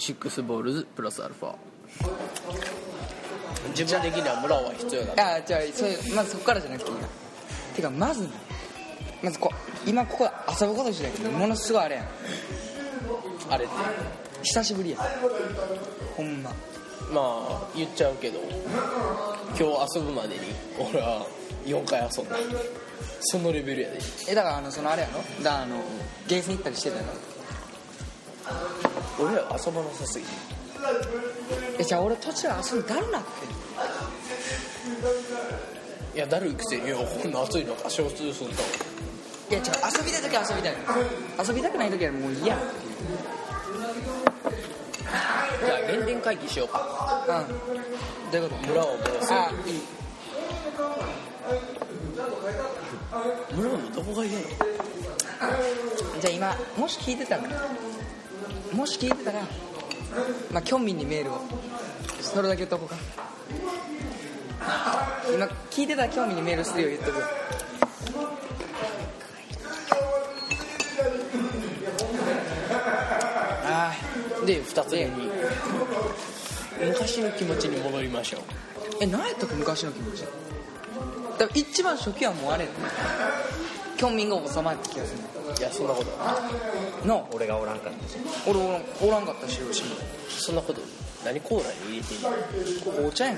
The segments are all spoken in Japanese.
6ボールズプラスアルファ。自分的には村は必要だ。 じゃあそれまずそこからじゃなくていいな。てかまず今ここ遊ぶことしないけどものすごいあれやん。 あれって久しぶりやんほんま。 まあ言っちゃうけど今日遊ぶまでに俺は4回遊んだ。そのレベルやで。 だからそのあれやろ。だからゲーセン行ったりしてたやろ。 俺は遊ばなさすぎて。 じゃあ俺途中遊びだるなって。 いやだるいくせにこんな暑いのか少数すると。 いや違う、遊びたい時は遊びたい。遊びたくない時はもう嫌。 じゃあ原点回帰しようか。 どういうこと。 村を戻す。 いい。 村のどこが嫌なの。 じゃあ今もし聞いてたらまあ、キョンミンにメールをそれだけ言っとこうか。今聞いてたらキョンミンにメールするよ言っとくよ。 で2つ目に昔の気持ちに戻りましょう。 何やったっけ昔の気持ち。多分一番初期はもうあれキョンミンが収まった気がする。 いやそんなことの俺がおらんから俺おらんかったしそんなこと何コーラに入れてんの。 紅茶やん。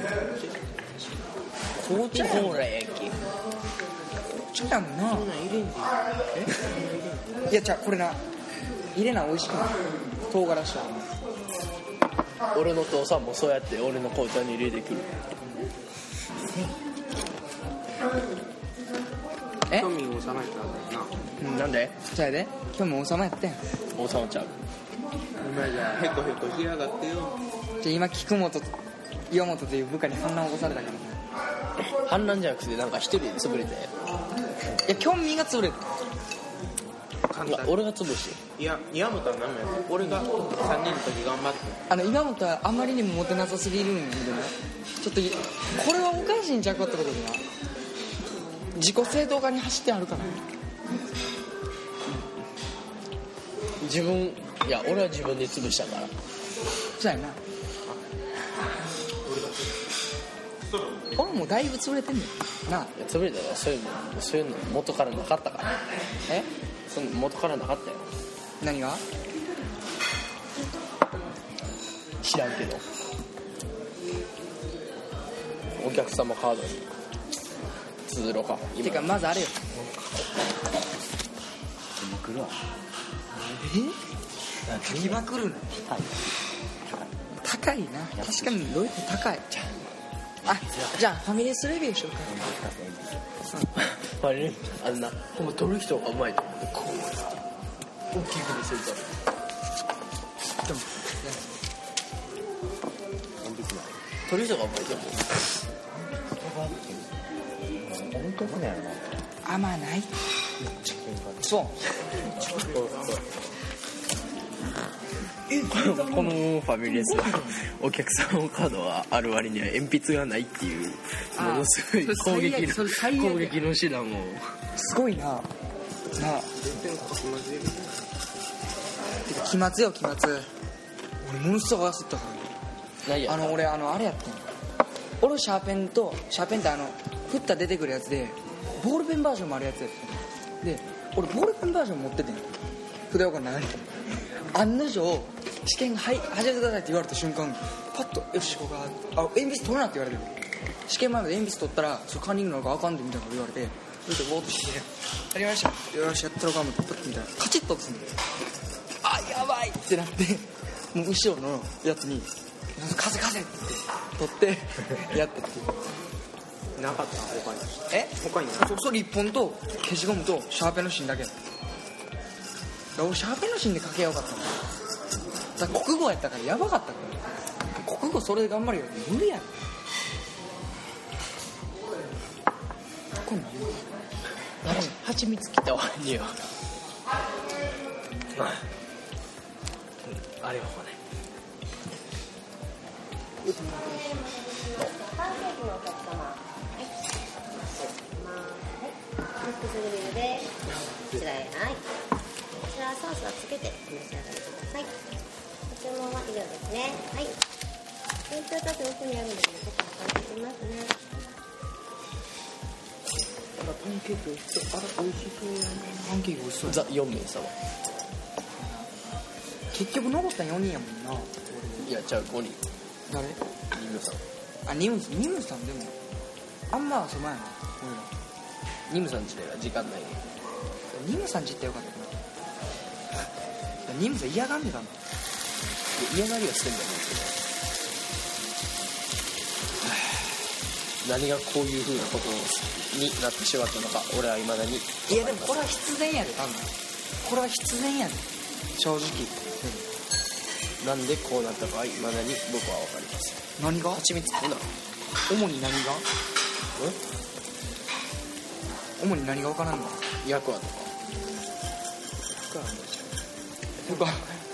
紅茶コーラやんけ。 紅茶やもんな。 そんなん入れんでいやじゃあこれな入れな美味しくない。唐辛子は俺の父さんもそうやって俺の紅茶に入れてくる。 興味を収めたんだよな。 なんでじゃあで今日も王様やってん。 王様ちゃう。 今じゃヘコヘコしやがってよ。 じゃあ今菊本と岩本という部下に反乱を起こされたから反乱じゃなくてなんか一人で潰れて。 いやキョンミンが潰れる。 簡単。 俺が潰して。 いや岩本は何もやって俺が3人の時頑張って岩本はあまりにもモテなさすぎるんでね。ちょっとこれはおかしいんちゃうかってことでな自己正当化に走ってあるから。 自分いや俺は自分で潰したから。 そうやな。俺もだいぶ潰れてんねんな。 いや潰れたらそういうの元からなかったから。その元からなかったよ。 何が知らんけどお客様カードに綴ろうか。 てかまずあれよ。 来るわ。 書きまくるの高いな。確かにロイって高い。じゃあファミレスレビューしようか。 あんなほんま取る人がうまいと思ってこう大きいふうにするとでも取る人がうまいと思う。 本当かねやろな。 まあない。そうこのファミレスはお客さんのカードはある割には鉛筆がないっていうものすごい攻撃の手段をすごいな。てか期末よ期末。俺ものすごい焦ったから俺あれやってん。俺シャーペンって振った出てくるやつでボールペンバージョンもあるやつやってで俺ボールペンバージョン持っててん筆箱の中に。案の定試験始めてくださいって言われた瞬間パッとよしここが鉛筆取るなって言われて試験前まで鉛筆取ったらそれカンニングなのかあかんでみたいなこと言われてそれでボーっとしてやりましたよしやったろかもパッとみたいなカチッと落とすんだよ。やばいってなってもう後ろのやつに風って取ってやってっていうなかった他に。他にそれ1本と消しゴムとシャーペンの芯だけ。俺シャーペンの芯で書けよかったの。だから国語やったからやばかったから。国語それで頑張るよ無理やん。こんなん蜂蜜切ったわにはあれはねパンケーキのお客様ミックスグリルです。こちらへこちらソースをつけてお召し上がりください。ご注文問は以上ですね。はい。弁当たち奥にあるのでちょっとお願いしますね。 パンケーキ美味しそう。美味しそうやね。パンケーキ美味しそうや。 ザ4名様。 結局残った4人やもんな。 いや、じゃあ5人。 誰？ ニムさん。 ニムさんでもあんま遊ばんやろ。 ニムさんちでは時間ないね。 ニムさんちってよかったな。ニムさん嫌がんでたんだ。 嫌がりはしてんだけど、何がこういう風なことになってしまったのか俺は未だに。 いやでもこれは必然やで、多分これは必然やで、正直。 なんでこうなったかは未だに僕は分かります。 何が？ 蜂蜜ってな。 主に何が？主に何が分からんの？ 役はとか。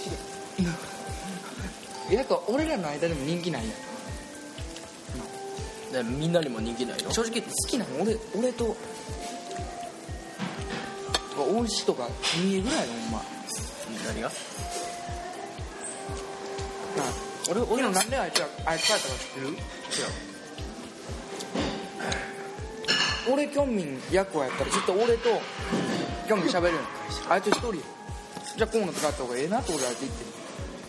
やっぱ俺らの間でも人気ないやん。 みんなにも人気ないの？ 正直言って好きなの俺と大石とか君ぐらいのほんま。 何が？ 俺のなんであいつ帰ったか知ってる？違う。俺キョンミン役はやったらずっと俺とキョンミン喋るん。あいつ一人。じゃあ河野使った方がええなって俺あいつ言ってる。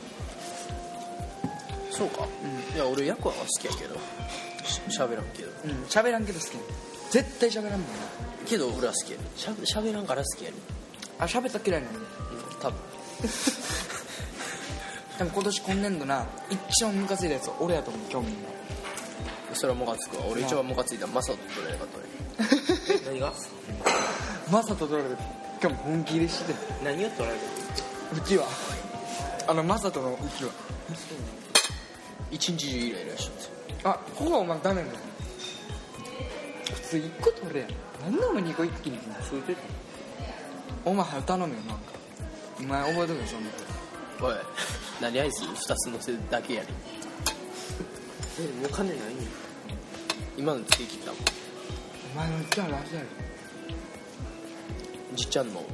そうか、いや俺役は好きやけど喋らんけど。 喋らんけど好きやん。絶対喋らんもんな。 けど俺は好きやね。喋らんから好きやね。 喋ったら嫌いなの？ 多分。 でも今年度な一番ムカついたやつ俺やと思う、キョンミンが。 それはムカつくわ。俺一番ムカついたマサトと取れなかったね。何が？ マサト取られてキョンミン本気でして何を取られる？ うちはマサトのうちは一日中イライラしちゃって。 ここはお前ダメだよ。普通1個取れやん。なんでお前2個一気にそう言ってた。 お前頼むよ。なんかお前覚えとけよそんなこおい、何アイス2つ乗せるだけやねん。 もう金ないん？ 今のつけ切ったもん。 お前のうちはラスやろ。 じっちゃんのお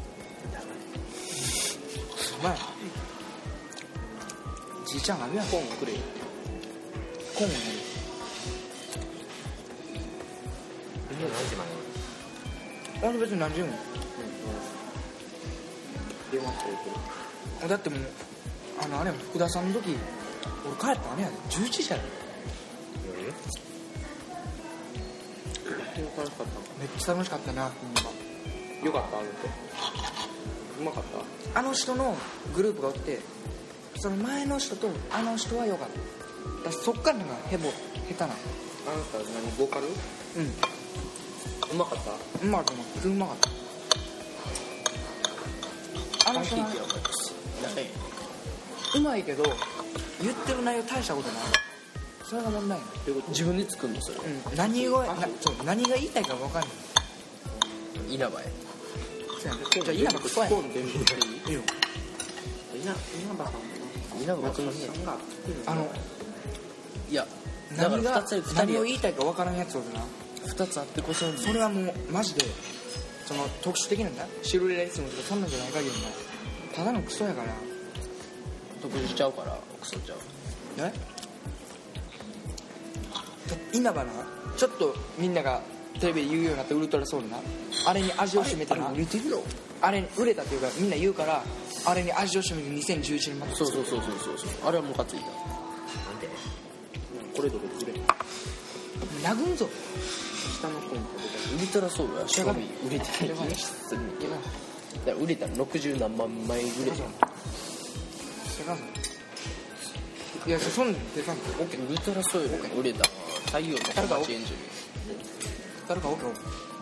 前じいちゃんあるやん。 コーンくれよ。 コーンをやる。 みんな何時まで？ 別に何十年電話してる。 だってもうあれやん、福田さんの時俺帰ったあれやで11時やで。 楽しかった。 めっちゃ楽しかったな。 よかった。あれってうまかった。 あの人のグループがおって、その前の人とあの人は良かった。そっからなんか下手な。 あなた何ボーカル？うまかった。 うまかった。普通うまかった。あの人はうまいけど言ってる内容大したことない。それが問題。 自分で作るのそれ。 何が言いたいか分かんない。 稲葉へ。 じゃあ稲葉クソやん。いいよ。 稲葉さん稲葉さんがいやだから何を言いたいか分からんやつおるな。 2つあってこそ。 それはもうマジでその特殊的なんだ。シルレライスムとかそんなんじゃない限りもただのクソやから。 特殊しちゃうからクソちゃう。 稲葉な、ちょっとみんながテレビで言うようになったウルトラソウルな、あれに味を占めてな。 売れてるよ。 あれに売れたっていうかみんな言うから、あれに味を占めて2011年まで。 そうあれはムカついた。 なんで？これどこで売れ？ 殴んぞ。 下のコントウルトラソウルは正味売れてない気がする。だから売れたら60何万枚ぐらい。 いや、そんなんでかんの。 ウルトラソウルが売れたのは太陽の小町エンジェル。 誰かオッケー。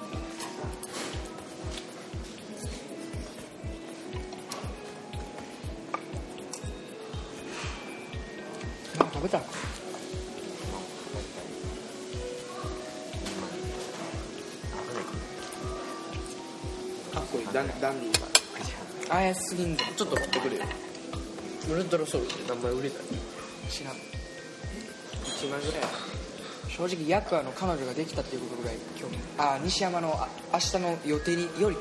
なんか食べた。 かっこいい。ダンディーか。 怪しすぎんぞ。 ちょっと待ってくれよ。ウルトラソウルって何枚売れたの？ 知らん。 1万ぐらい。 正直ヤクアの彼女ができたっていうことぐらい興味。西山の明日の予定より興味。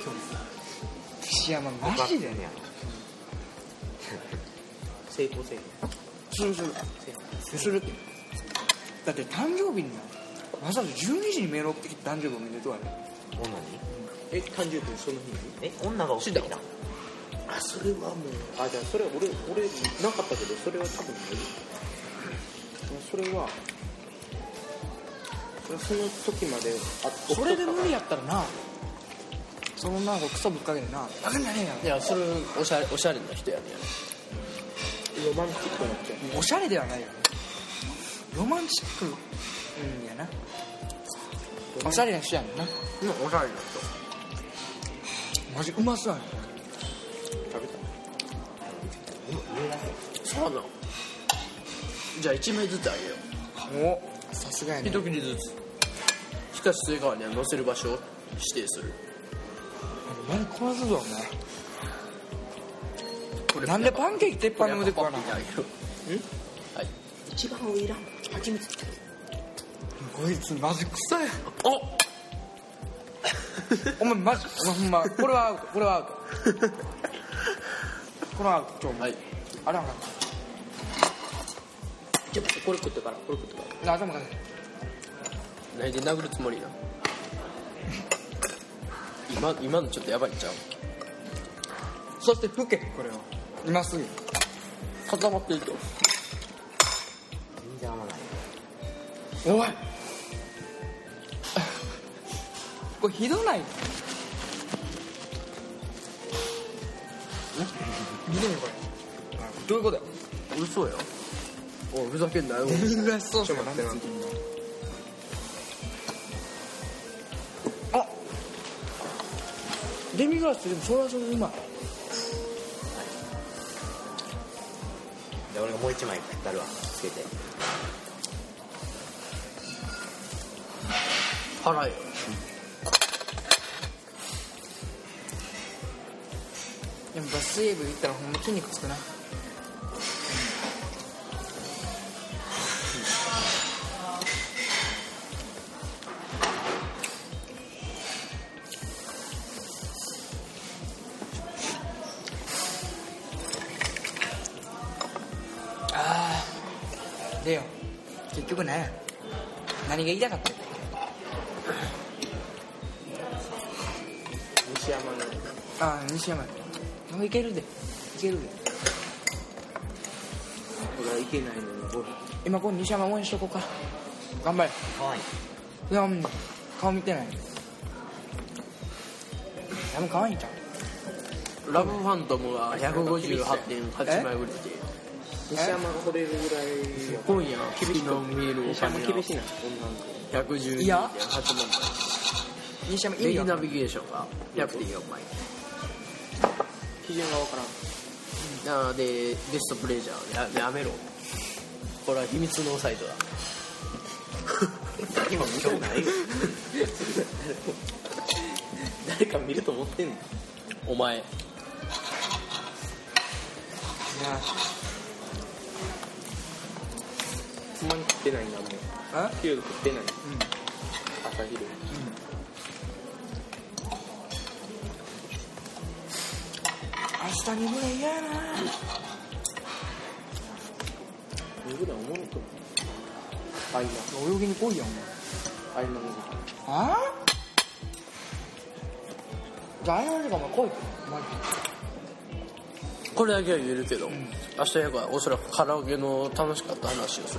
西山マジでね。 成功せえへん。 するって。だって誕生日にわざわざ12時にメール送ってきて誕生日おめでとうやね。 女に誕生日その日に女が送ってきた。 あ、それはもうじゃあそれ俺なかったけど、それは多分ない。それはその時までそれで無理やったらな、そのなんかクソぶっかけでな、バカになれんやろ。 いや、それおしゃれな人やねロマンチックなっちゃう。 おしゃれではないよね。ロマンチックやな。おしゃれな人やねんな。 おしゃれなマジうまそうやね。 食べた。 人。そうなの。じゃあ1枚ずつあげよう。 お、さすがやね。 一切れずつ。しかしそれからには載せる場所を指定する。 何こわずぞお前。なんでパンケーキ鉄板の上で食わな。 はい。 一番上いらん。蜂蜜。 こいつマジクソや。お前マジ、お前ほんま、これはアウト。これはアウト。 はい。 あれは分かっちょっとこれ食ってから。 た。頭かね。 何で殴るつもりな。今のちょっとやばいんちゃう。 そして吹け、これを今すぐ固まってると。 全然合わない。 おいこれひどない？見てみこれ。どういうことや？ 嘘や。おい、ふざけんなよ。 デミグラスソースが待ってな。 あ、デミグラスでもそれはそれでうまい。 で俺がもう一枚食ったるわ。つけて。 払えよ。 でも水泳部行ったらほんま筋肉つくな。でよ、結局何や、何が言いたかったっけ。 西山の西山もういけるで。 俺はいけないのに今この西山応援しとこうか。頑張れ。 かわいい。 いや、顔見てない。多分可愛いんちゃう。 ラブファントムは 158.8 枚売れて、 西山が惚れるぐらい今夜君の見えるお西山金は厳しいな、 112.8 いや万枚。 西山いいよ。 レディナビゲーションが100.4枚。 基準がわからん。 でベストプレジャーやめろ。これは秘密のサイトだ。 今見たくないよ。誰か見ると思ってんの？ お前。 つまに食ってないんだもん。昼食ってない。朝昼。 明日にぐらい嫌やな。 2ぐらいおもろくない？ 泳ぎに来いやん。 合間のああ？じゃあ、あの時間も来いって。 これだけは言えるけど、明日やからおそらくカラオケの楽しかった話をする。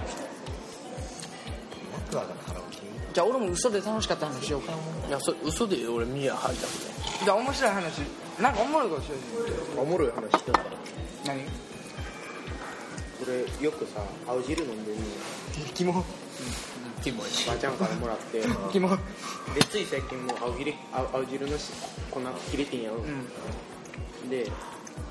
じゃあ俺も嘘で楽しかった話しようか。 いや、嘘で俺ミヤ入ったもんね。 じゃあ面白い話、なんかおもろいことしよう。 おもろい話してた。 何？ 俺よくさ、青汁飲んでるの。 キモ。 キモい。 ばあちゃんからもらってキモ。 でつい最近も青汁の粉切れてんやろ、でちょ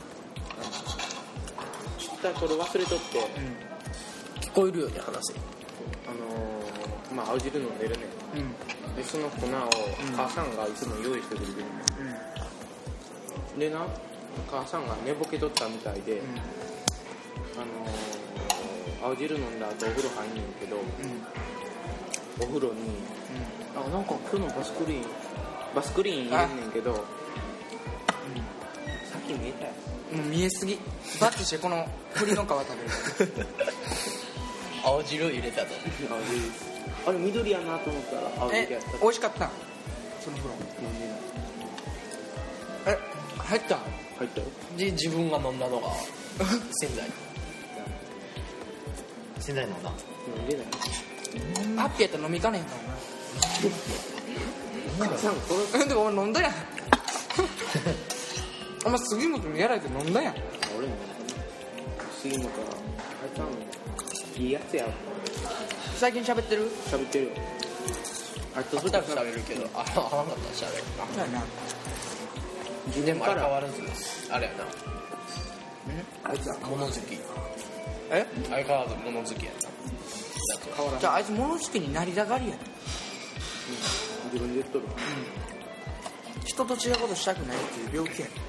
っとこれ忘れとって、 聞こえるように話せ。 まあ青汁飲んでるね、でその粉を母さんがいつも用意してくれてるの、でな、母さんが寝ぼけとったみたいで、青汁飲んだ後お風呂入んねんけど、お風呂に、なんか黒のバスクリーン入れんねんけど、さっき見えたよ。 もう見えすぎバッチしてこの栗の皮食べる青汁入れたとあれ緑やなと思ったら青汁やった。 美味しかったその風呂入った入ったよ。 で自分が飲んだのが仙台のな飲んでない。 ハッピーやったら飲みかねへんからなでも俺飲んだやんお前杉本にやられて飲んだやん。 俺も杉本はあいつはもういいやつや。 最近喋ってる喋ってるよ。 あと2人喋るけど合わなかったら喋るそうやなでも相変わらずあれやなあいつは物好きえ相変わらず物好きやな変わらん。 じゃああいつ物好きになりたがりやん自分で言っとる。 人と違うことしたくないっていう病気やん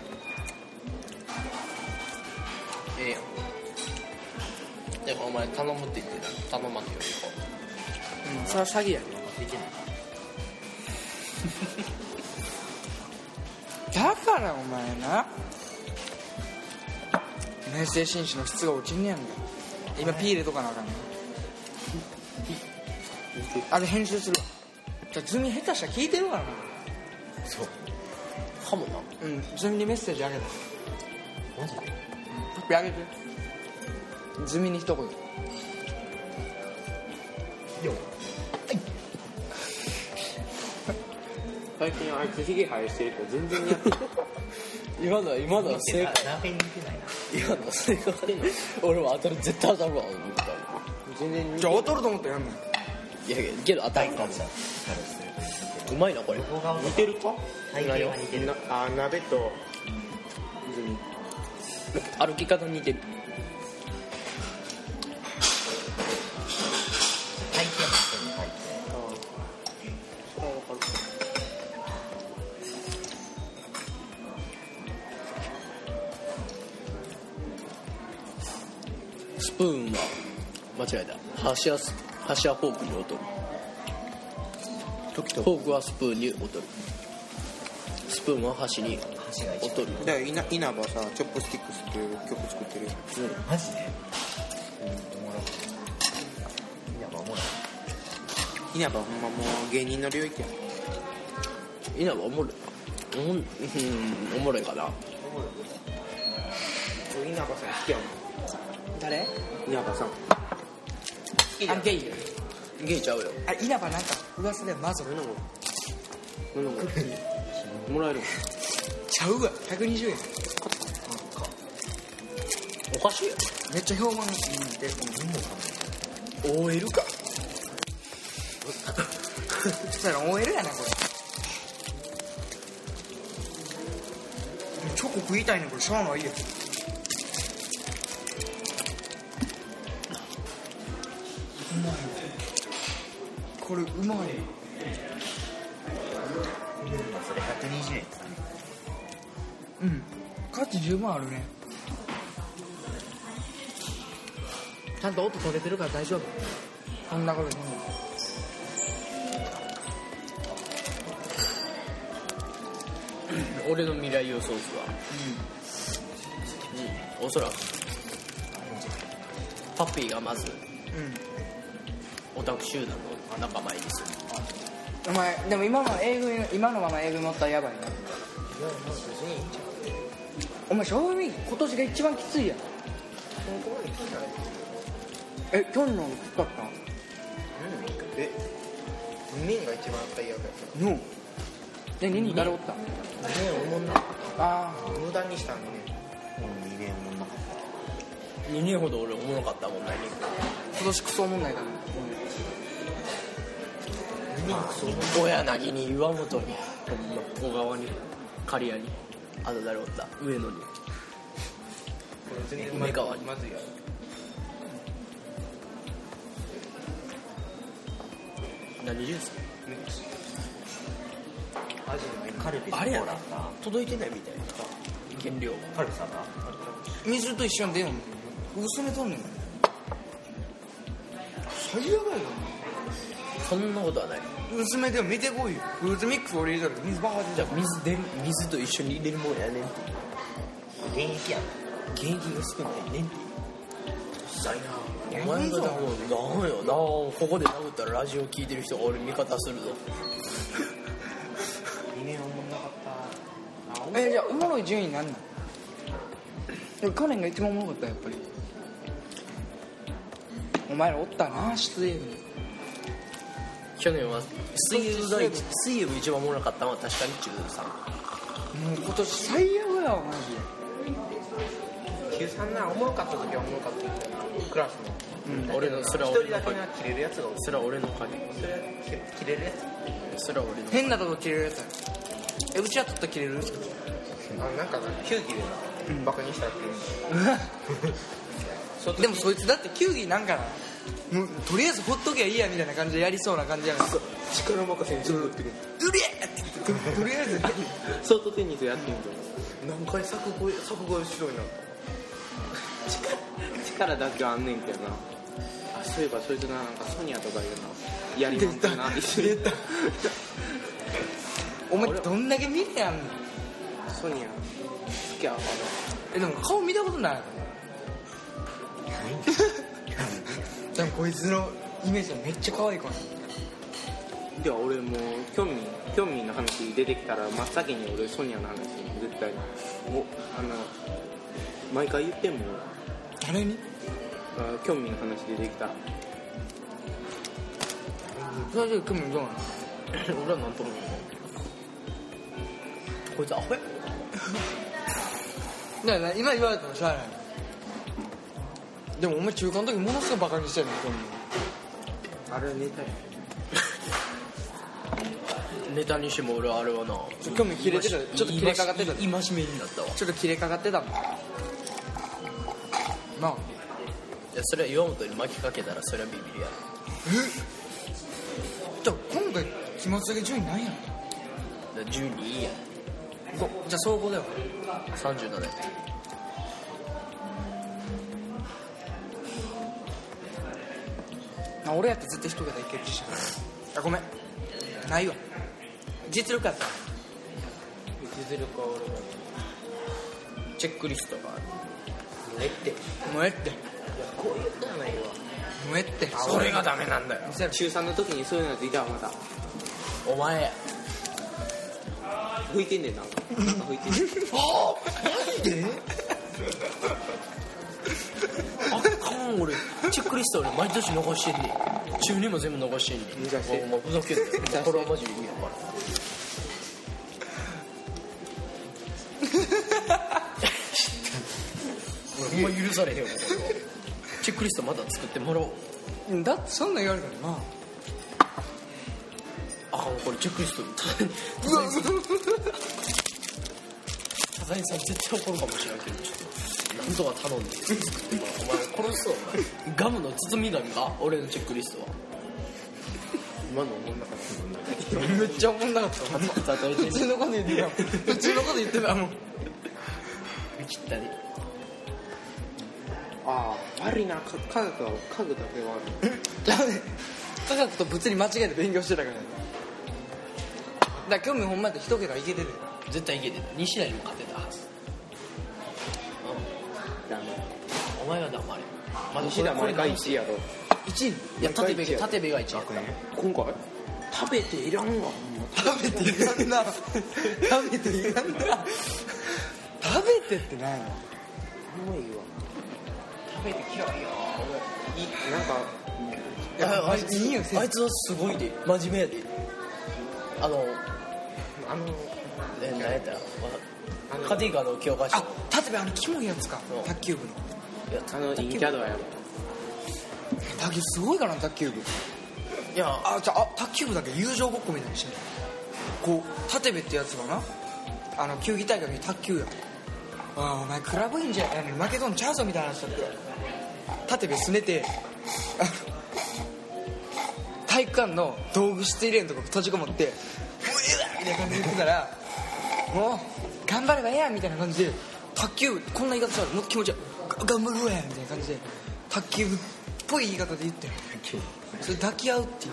ええやんでもお前頼むって言ってた頼まんよりこそれは詐欺やだからお前な明星紳士の質が落ちんねやんか今ピー入れとかなあかんねあれ編集するわじゃあズミ下手したら聞いてるからなそうかもなうんズミにメッセージあげたマジでパッピーあげてズミに一言よ最近あいつヒゲ生やしてるから全然似合ってる。 今のは正解ラーメン似てないな。 今のは正解俺は当たる絶対当たるわ思った全然似じゃあ劣ると思ったらやんのいやけど当たるかもうまいなこれてるか。 体型は似てる。 鍋と泉。 歩き方似てる体型は似てる。 それは分かる。 スプーンは間違えた箸はフォークに劣るフォークはスプーンに劣るスプーンは箸に箸が一番劣るだから稲葉さチョップスティックスっていう曲作ってるよ。 マジでおもろいやばおもろい稲葉ほんまもう芸人の領域や。 稲葉おもろいおもろいかな稲葉さん好きやもん。 誰稲葉さんあゲイゲイちゃうよあ稲葉なんか噂でまず何のももらえる。 ちゃうわ120円おかしいやめっちゃ評判いいんで OL かそしたら OL やなこれチョコ食いたいねこれしゃあないやこれうまいそれ120円ですかね。 うん価値十分あるねちゃんと音取れてるから大丈夫こんなことで俺の未来予想図はおそらくパッピーがまずオタク集団の仲間入りするお前でも今のまま英語乗ったらやばいなお前正味今年が一番きついやん去年のきつかった 2年が一番最悪やっの2人誰おったた。2年おもんなあ無駄にしたんでね。 2年もなかっ 2年ほど俺おもろかったもんないね今年クソおもんないから親なぎに岩本にほんま小川に刈谷にあと誰おった上野に梅川にまずいや。 何ジュースた。カルピスあれやなコーラか届いてないみたいな原料カルピスか水と一緒に出よんの薄めとんねん最悪やよそんなことはない薄めでも見てこいよフルーツミックス俺入れたら水バカじゃあ水と一緒に入れるもんやねんって原現役やん。現役が少ないねん。したいな。お前が多分なんよな。ここで殴ったらラジオ聞いてる人が俺味方するぞ。 2年おもんなかった。 じゃあおもろい順位なんなん？でも去年が一番おもろかったやっぱり。お前らおったな出演に。 去年は水泳部一番おもろかったのは確かに中3。 もう今年最悪やわマ中3な、おもろかった時はおもろかったけどな、クラスの、 俺のそれは一俺の人だけな切れるやつがおる。 それは俺の影。 それは切れるやつ。 それは俺のジ。変なとこ切れるやつや。うちは取ったら切れる？ なんか球技でな、バカにしたら切れる。 でもそいつだって球技なんかな、もうとりあえずほっときゃいいやみたいな感じでやりそうな感じやから。 力任せに自分打ってくる。 うりゃって言ってとりあえずソフトテニスやってんと何回作語しろになった。力だけはあんねんけどな。あ、そういえばそいつな、なんかソニアとかいうなやりまんかな一緒に。 お前どんだけ見てやんの？ ソニア好きやわ。 でも顔見たことない。でもこいつのイメージはめっちゃ可愛い子なの。 では俺もうキョンミンの話出てきたら真っ先に俺ソニアの話絶対もう毎回言ってんもん。 誰に？ キョンミンの話出てきたらそれで組むどうなの？ 俺はなんとも言うの。こいつアホや。 だから今言われたらしゃあない。でもお前中間の時ものすごいバカにしてるの組む。 あれネタや。 ネタにしても俺はあれはな、 興味切れてた。ちょっと切れかかってた。 戒めになったわ。 ちょっと切れかかってたもんなあ。 いやそれは岩本に巻きかけたらそれはビビりや。 じゃあ今回期末だけ順位ないやん。 12位や。 じゃあ総合だよ。 37や。 俺やって絶対一桁いける自信あ、ごめんないわ。実力やった。 実力は俺もチェックリストがある。 もうえってもうえってこういうことはないわ。 もうえってそれがダメなんだよ。 見せる。 中3の時にそういうのやついたわ。またお前や。 吹いてんねんなんか吹いてんねん。 あマジで？ あかん俺チェックリスト俺毎年残してんねん。中2も全部残してんねん。 見させてお前ふざけんな。これはマジで意味やから。俺ほんま許されへんよこれは。チェックリストまた作ってもらおう。 だってそんなん言われたらな。 あかんこれチェックリスト田谷さん絶対怒るかもしれんけどちょっとなんとか頼んで作ってもらおう。お前殺すぞお前。ガムの包み紙か俺のチェックリストは。 今の思んなかったもんな。 めっちゃおもんなかった。 例えて普通のこと言ってたもん。普通のこと言ってたもん。 見切ったね。 ああ悪いな、家具だけはある。 じゃあね科学と物理間違えて勉強してたから。だから興味ほんまやって一桁いけてる。 絶対いけてた。西田にも勝てたはず。 ダメ。 お前は黙れ。まだ西田毎回1位やろ。 1位。 いや縦部が1位やった。 今回食べていらんわ。 食べていらんな。食べていらんな。食べてってないの？ もういいわ。 食べて嫌いや。 なんかあいついいよ。あいつはすごいで真面目やで。何やったらカティガの教科書。 あ、立部キモいやつか。卓球部の。 いや陰キャドやろ。 卓球すごいからな卓球部。 いや卓球部だけ友情ごっこみたいにしてる。こう立部ってやつがな球技大会に卓球や。お前クラブ員じゃ負けとんちゃうぞみたいな話だって。立部すねて体育館の道具室入れんとこ閉じこもって「もうええわ!」みたいな感じで言ってたら「もう頑張ればええやん」みたいな感じで卓球部こんな言い方したらもっと気持ち悪い「頑張ろうや」みたいな感じで卓球部っぽい言い方で言ってそれ抱き合うって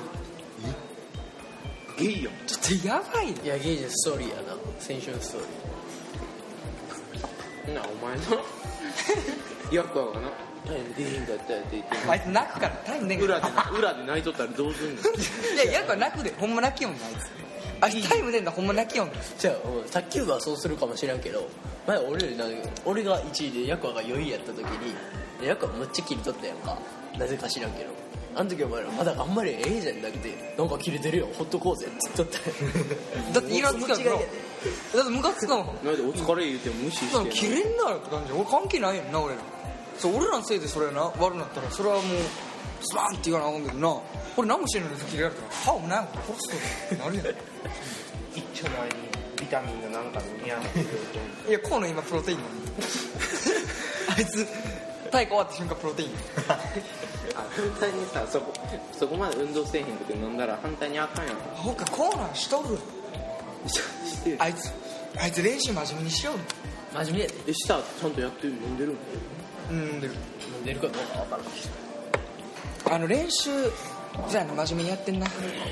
いう。 ゲイやん。 ちょっとやばいな。 いやゲイジストーリーやな。先週のストーリなお前のヤクワがなタイム出へんかったって言ってあいつ泣くからタイム出んから裏で泣いとったらどうすんのいやヤクは泣くでほんま泣きよんねあいつタイム出んだほんま泣きよんねじゃあ卓球部はそうするかもしれんけど前俺が1位でヤクワが4位やった時にヤクワめっちゃ切り取ったやんかなぜか知らんけどあの時お前らまだあんまりええじゃんなくてなんか切れてるよほっとこうぜって言っとっただってイラつくやんなだってムカつくもんなんでお疲れ言うても無視してんの切れんなよって感じ俺関係ないやんな俺らそう俺らのせいでそれな悪くなったらそれはもうスパーンって言わなあかんけどな俺何もしてんのに切れられたら歯もないもん殺すとってなるやん一丁前にビタミンのなんかの嫌なこといや河野今プロテインなのあいつ体育終わった瞬間プロテイン反対にさそこまで運動せえへんとき飲んだら反対にあかんやんほか河野しとるしてるあいつ練習真面目にしよう真面目やでしたちゃんとやってる飲んでるん飲んでる飲んでるかどうか分からん練習じゃあ真面目にやってんな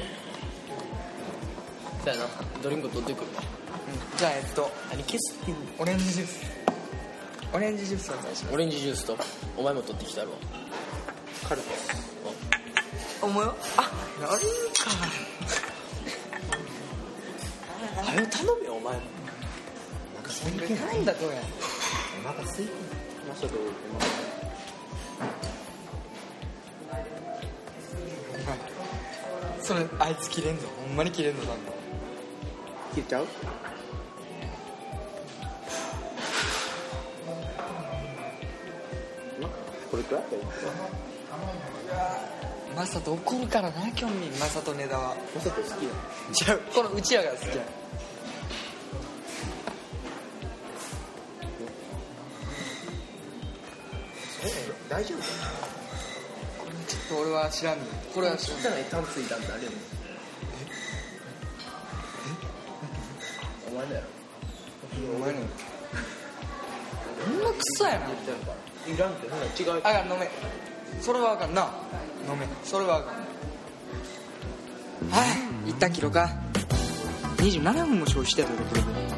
そうやなドリンク取ってくるわじゃあ何消すってんのオレンジジュースお願いしますオレンジジュースとお前も取ってきたろカルテお前はあなるかはよ頼めよお前もなんだこれお腹すいてまさかそれあいつ切れんぞほんまに切れんぞなんだ切っちゃうこれくらいマサト怒るからな興味マサトネタはマサト好きだじゃあこのうちらが好きや大丈夫かちょっと俺は知らんねこれは知らんじゃないタンついたんだあれお前だよお前のほんまクソやないらんってほな違うあかん飲めそれはあかんな飲めそれはあかんはい一旦切ろうか27分も消費してたよこれで